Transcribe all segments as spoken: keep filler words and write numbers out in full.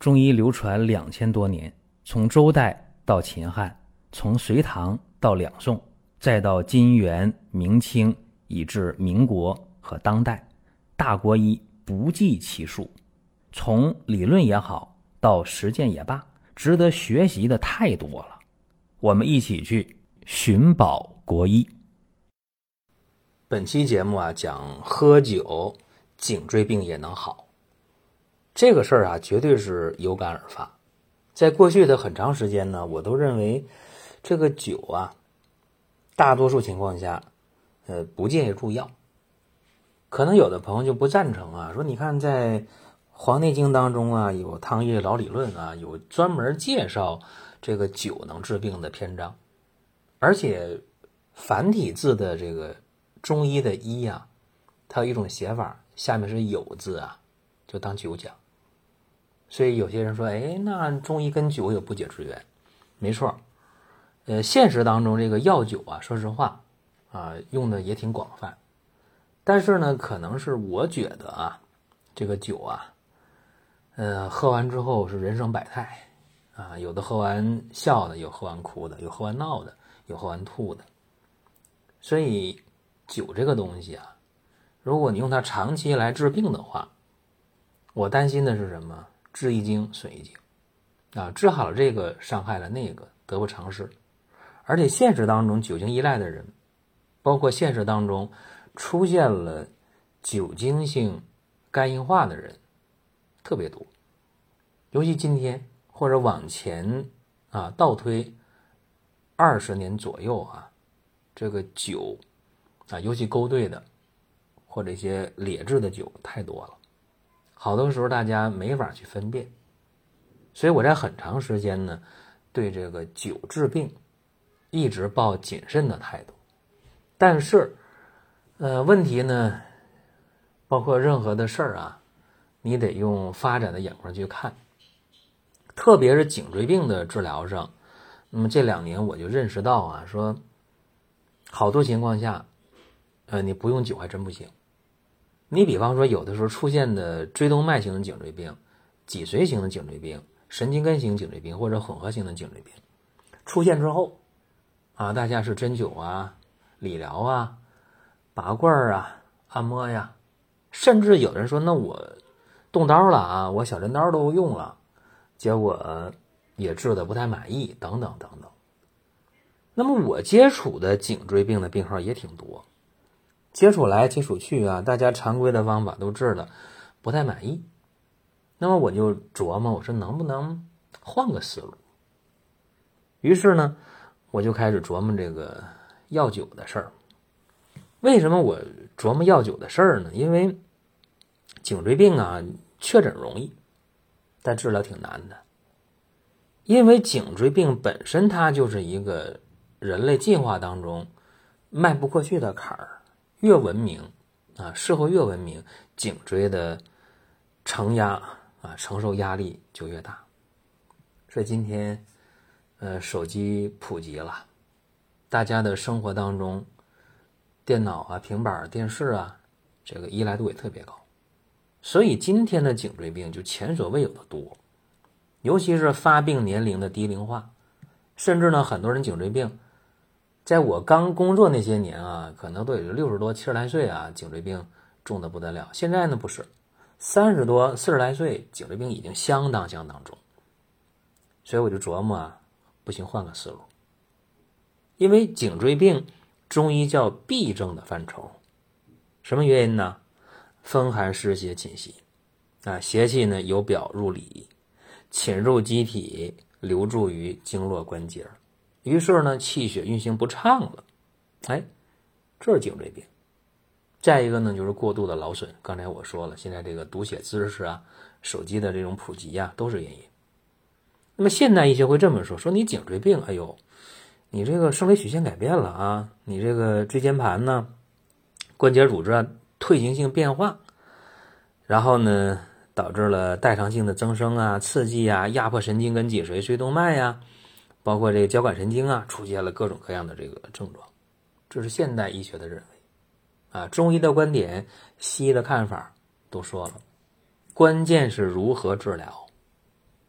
中医流传两千多年，从周代到秦汉，从隋唐到两宋，再到金元明清，以至民国和当代，大国医不计其数。从理论也好，到实践也罢，值得学习的太多了。我们一起去寻宝国医。 本期节目啊，讲喝酒颈椎病也能好。这个事儿啊，绝对是有感而发。在过去的很长时间呢，我都认为这个酒啊，大多数情况下，呃，不建议入药。可能有的朋友就不赞成啊，说你看在《黄帝经》当中啊，有汤液老理论啊，有专门介绍这个酒能治病的篇章，而且繁体字的这个中医的医啊，它有一种写法，下面是酉字啊，就当酒讲。所以有些人说，哎，那中医跟酒有不解之缘。没错，呃，现实当中这个药酒啊，说实话啊，用的也挺广泛。但是呢，可能是我觉得啊，这个酒啊，呃，喝完之后是人生百态啊，有的喝完笑的，有喝完哭的，有喝完闹的，有喝完吐的。所以酒这个东西啊，如果你用它长期来治病的话，我担心的是什么？治一经损一经啊，治好了这个伤害了那个，得不偿失。而且现实当中酒精依赖的人，包括现实当中出现了酒精性肝硬化的人特别多。尤其今天或者往前啊倒推二十年左右啊，这个酒啊，尤其勾兑的或者一些劣质的酒太多了，好多时候大家没法去分辨。所以我在很长时间呢，对这个酒治病一直抱谨慎的态度。但是呃，问题呢，包括任何的事儿啊，你得用发展的眼光去看。特别是颈椎病的治疗上，那么这两年我就认识到啊，说好多情况下，呃，你不用酒还真不行。你比方说，有的时候出现的椎动脉型的颈椎病、脊髓型的颈椎病、神经根型颈椎病或者混合型的颈椎病出现之后啊，大家是针灸啊、理疗啊、拔罐啊、按摩呀，甚至有人说，那我动刀了啊，我小针刀都用了，结果也治得不太满意，等等等等。那么我接触的颈椎病的病号也挺多，接触来接触去啊，大家常规的方法都治了，不太满意。那么我就琢磨，我说能不能换个思路。于是呢，我就开始琢磨这个药酒的事儿。为什么我琢磨药酒的事儿呢？因为颈椎病啊，确诊容易，但治疗挺难的。因为颈椎病本身它就是一个人类进化当中迈不过去的坎儿，越文明啊，社会越文明，颈椎的承压啊，承受压力就越大。所以今天呃，手机普及了，大家的生活当中电脑啊、平板、电视啊，这个依赖度也特别高。所以今天的颈椎病就前所未有的多，尤其是发病年龄的低龄化，甚至呢，很多人颈椎病在我刚工作那些年啊，可能都有六十多七十来岁啊，颈椎病重的不得了。现在呢不是，三十多四十来岁颈椎病已经相当相当重。所以我就琢磨啊，不行，换个思路。因为颈椎病中医叫痹症的范畴，什么原因呢？风寒湿邪侵袭啊，邪气呢由表入里，侵入机体，流注于经络关节，于是呢气血运行不畅了。哎，这是颈椎病。再一个呢就是过度的劳损，刚才我说了，现在这个读写姿势啊，手机的这种普及啊，都是原因。那么现代医学会这么说，说你颈椎病，哎呦，你这个生理曲线改变了啊，你这个椎间盘呢，关节组织啊退行性变化，然后呢导致了代偿性的增生啊、刺激啊、压迫神经跟脊髓、椎动脉呀，包括这个交感神经啊，出现了各种各样的这个症状。这是现代医学的认为啊，中医的观点、西医的看法都说了，关键是如何治疗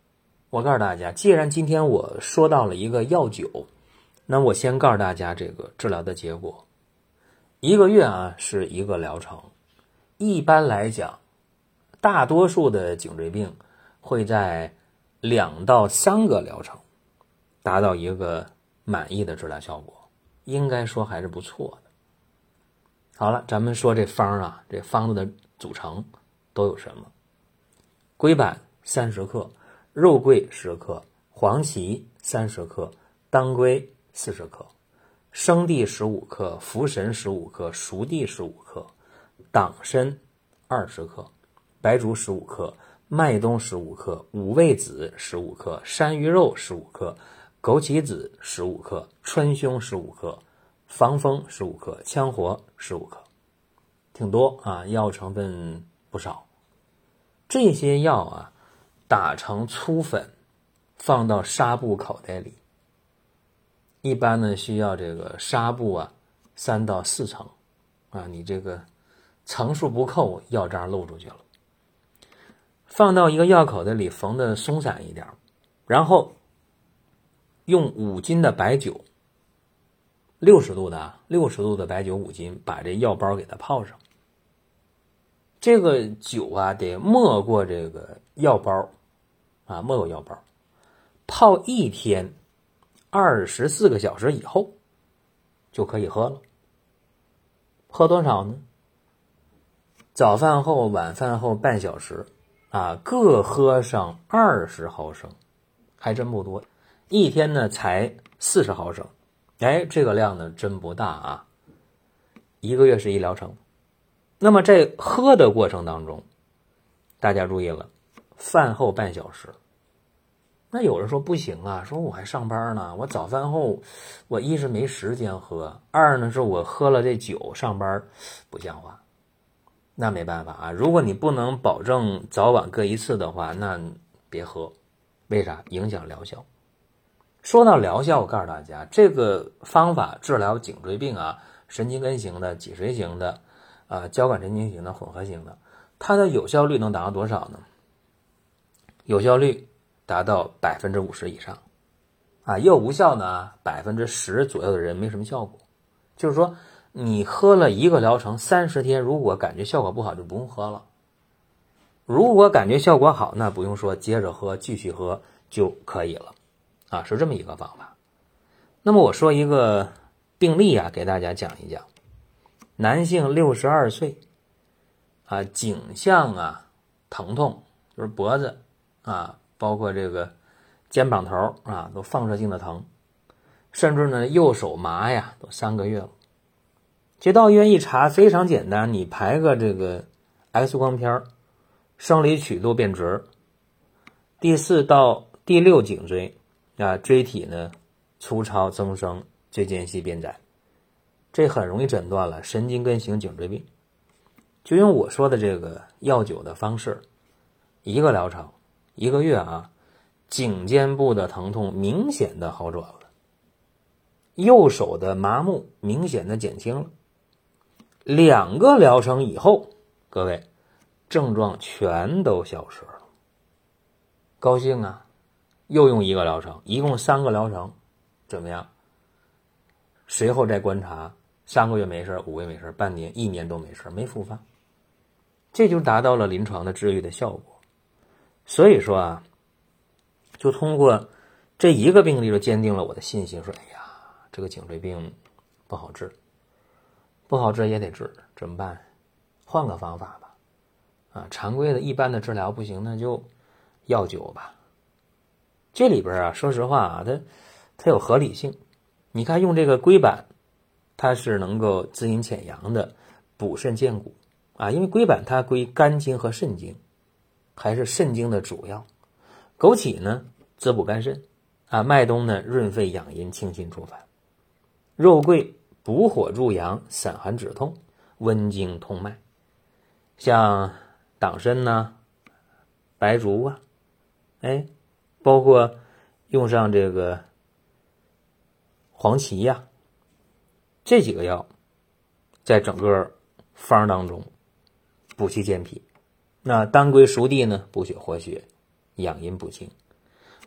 我告诉大家，既然今天我说到了一个药酒，那我先告诉大家这个治疗的结果。一个月啊是一个疗程，一般来讲，大多数的颈椎病会在两到三个疗程达到一个满意的治疗效果，应该说还是不错的。好了，咱们说这方啊，这方子的组成都有什么？龟板三十克，肉桂十克，黄芪三十克，当归四十克，生地十五克，茯神十五克，熟地十五克，党参二十克，白术十五克，麦冬十五克，五味子十五克，山芋肉十五克，枸杞子十五克，川芎十五克，防风十五克，羌活十五克，挺多啊，药成分不少。这些药啊，打成粗粉，放到纱布口袋里。一般呢，需要这个纱布啊，三到四层啊，你这个层数不够，药渣漏出去了。放到一个药口袋里，缝的松散一点，然后用五斤的白酒，六十度的啊，六十度的白酒五斤，把这药包给它泡上。这个酒啊，得没过这个药包啊，没过药包，泡一天，二十四个小时以后就可以喝了。喝多少呢？早饭后、晚饭后半小时啊，各喝上二十毫升，还真不多。一天呢才四十毫升，哎，这个量呢真不大啊。一个月是一疗程。那么在喝的过程当中，大家注意了，饭后半小时。那有人说不行啊，说我还上班呢，我早饭后我一是没时间喝，二呢是我喝了这酒上班不像话。那没办法啊，如果你不能保证早晚各一次的话，那别喝。为啥？影响疗效。说到疗效，我告诉大家，这个方法治疗颈椎病啊，神经根型的、脊髓型的啊，交感神经型的、混合型的，它的有效率能达到多少呢？有效率达到百分之五十以上，啊，又无效呢，百分之十左右的人没什么效果。就是说，你喝了一个疗程三十天，如果感觉效果不好，就不用喝了。如果感觉效果好，那不用说，接着喝，继续喝就可以了，啊，是这么一个方法。那么我说一个病例啊，给大家讲一讲。男性六十二岁，啊，颈项啊疼痛，就是脖子啊，包括这个肩膀头啊，都放射性的疼，甚至呢右手麻呀，都三个月了。接到医院一查，非常简单，你排个这个 X 光片，生理曲度变直，第四到第六颈椎啊，椎体呢粗糙增生，椎间隙变窄。这很容易诊断了神经根型颈椎病。就用我说的这个药酒的方式，一个疗程一个月啊，颈肩部的疼痛明显的好转了，右手的麻木明显的减轻了。两个疗程以后，各位症状全都消失了。高兴啊，又用一个疗程，一共三个疗程，怎么样？随后再观察，三个月没事，五个月没事，半年一年都没事，没复发，这就达到了临床的治愈的效果。所以说啊，就通过这一个病例就坚定了我的信心，说哎呀，这个颈椎病不好治，不好治也得治，怎么办？换个方法吧。啊，常规的一般的治疗不行，那就药酒吧。这里边啊，说实话啊，它它有合理性。你看用这个龟板，它是能够滋阴潜阳的，补肾健骨啊，因为龟板它归肝经和肾经，还是肾经的主要。枸杞呢滋补肝肾啊，麦冬呢润肺养阴清心除烦，肉桂补火助阳，散寒止痛，温经通脉。像党参呢、白术啊，哎，包括用上这个黄芪呀、啊，这几个药在整个方当中补气健脾。那当归熟地呢，补血活血，养阴补精。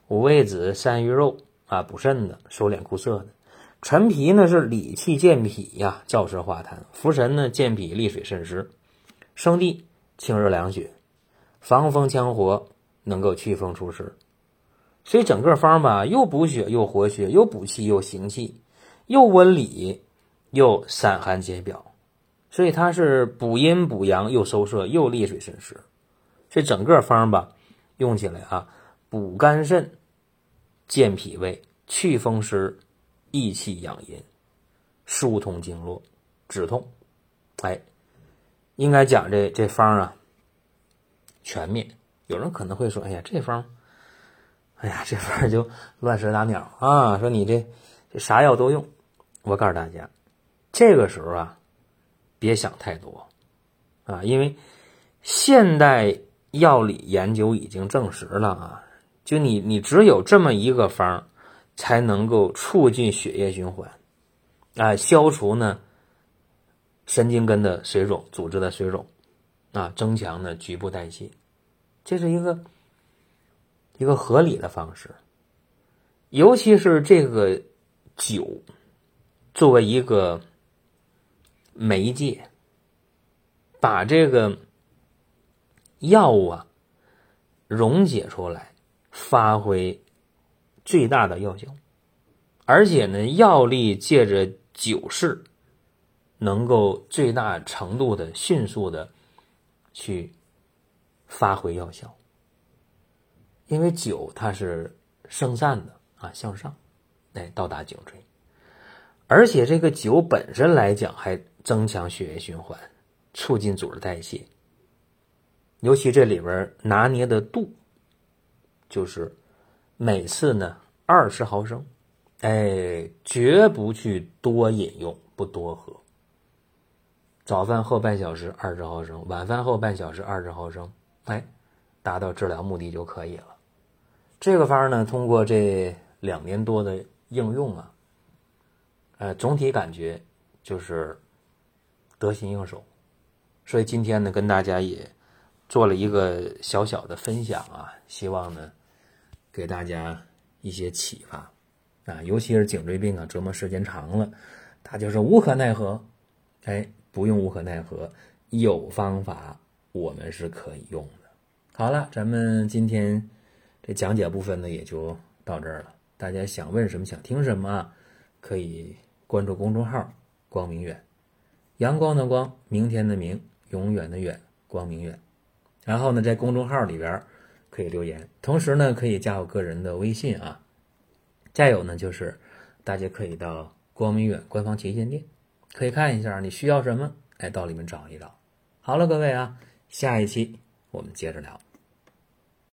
五味子山芋肉啊，补肾的，收敛固涩的。陈皮呢是理气健脾呀，燥湿化痰。茯神呢健脾利水渗湿。生地清热凉血，防风强火，能够祛风除湿。所以整个方吧，又补血又活血，又补气又行气，又温里又散寒解表。所以它是补阴补阳又收摄又利水渗湿。这整个方吧用起来啊，补肝肾，健脾胃，祛风湿，益气养阴，疏通经络，止痛。哎，应该讲这这方啊全面。有人可能会说，哎呀，这方哎呀，这方就乱射打鸟啊，说你这这啥药都用。我告诉大家，这个时候啊别想太多啊，因为现代药理研究已经证实了啊，就你你只有这么一个方才能够促进血液循环啊，消除呢神经根的水肿，组织的水肿啊，增强呢局部代谢。这是一个一个合理的方式。尤其是这个酒作为一个媒介，把这个药物啊溶解出来，发挥最大的药效。而且呢，药力借着酒势能够最大程度的迅速的去发挥药效。因为酒它是升散的啊，向上来到达颈椎。而且这个酒本身来讲还增强血液循环，促进组织代谢。尤其这里边拿捏的度，就是每次呢二十毫升，哎，绝不去多饮用，不多喝。早饭后半小时二十毫升，晚饭后半小时二十毫升，哎，达到治疗目的就可以了。这个方呢，通过这两年多的应用啊，呃，总体感觉就是得心应手。所以今天呢，跟大家也做了一个小小的分享啊，希望呢给大家一些启发啊，尤其是颈椎病啊，折磨时间长了，他就是无可奈何。哎，不用无可奈何，有方法我们是可以用的。好了，咱们今天这讲解部分呢也就到这儿了。大家想问什么想听什么，可以关注公众号光明远，阳光的光，明天的明，永远的远，光明远。然后呢在公众号里边可以留言，同时呢可以加我个人的微信啊。再有呢就是大家可以到光明远官方旗舰店可以看一下你需要什么，哎，到里面找一找。好了各位啊，下一期我们接着聊。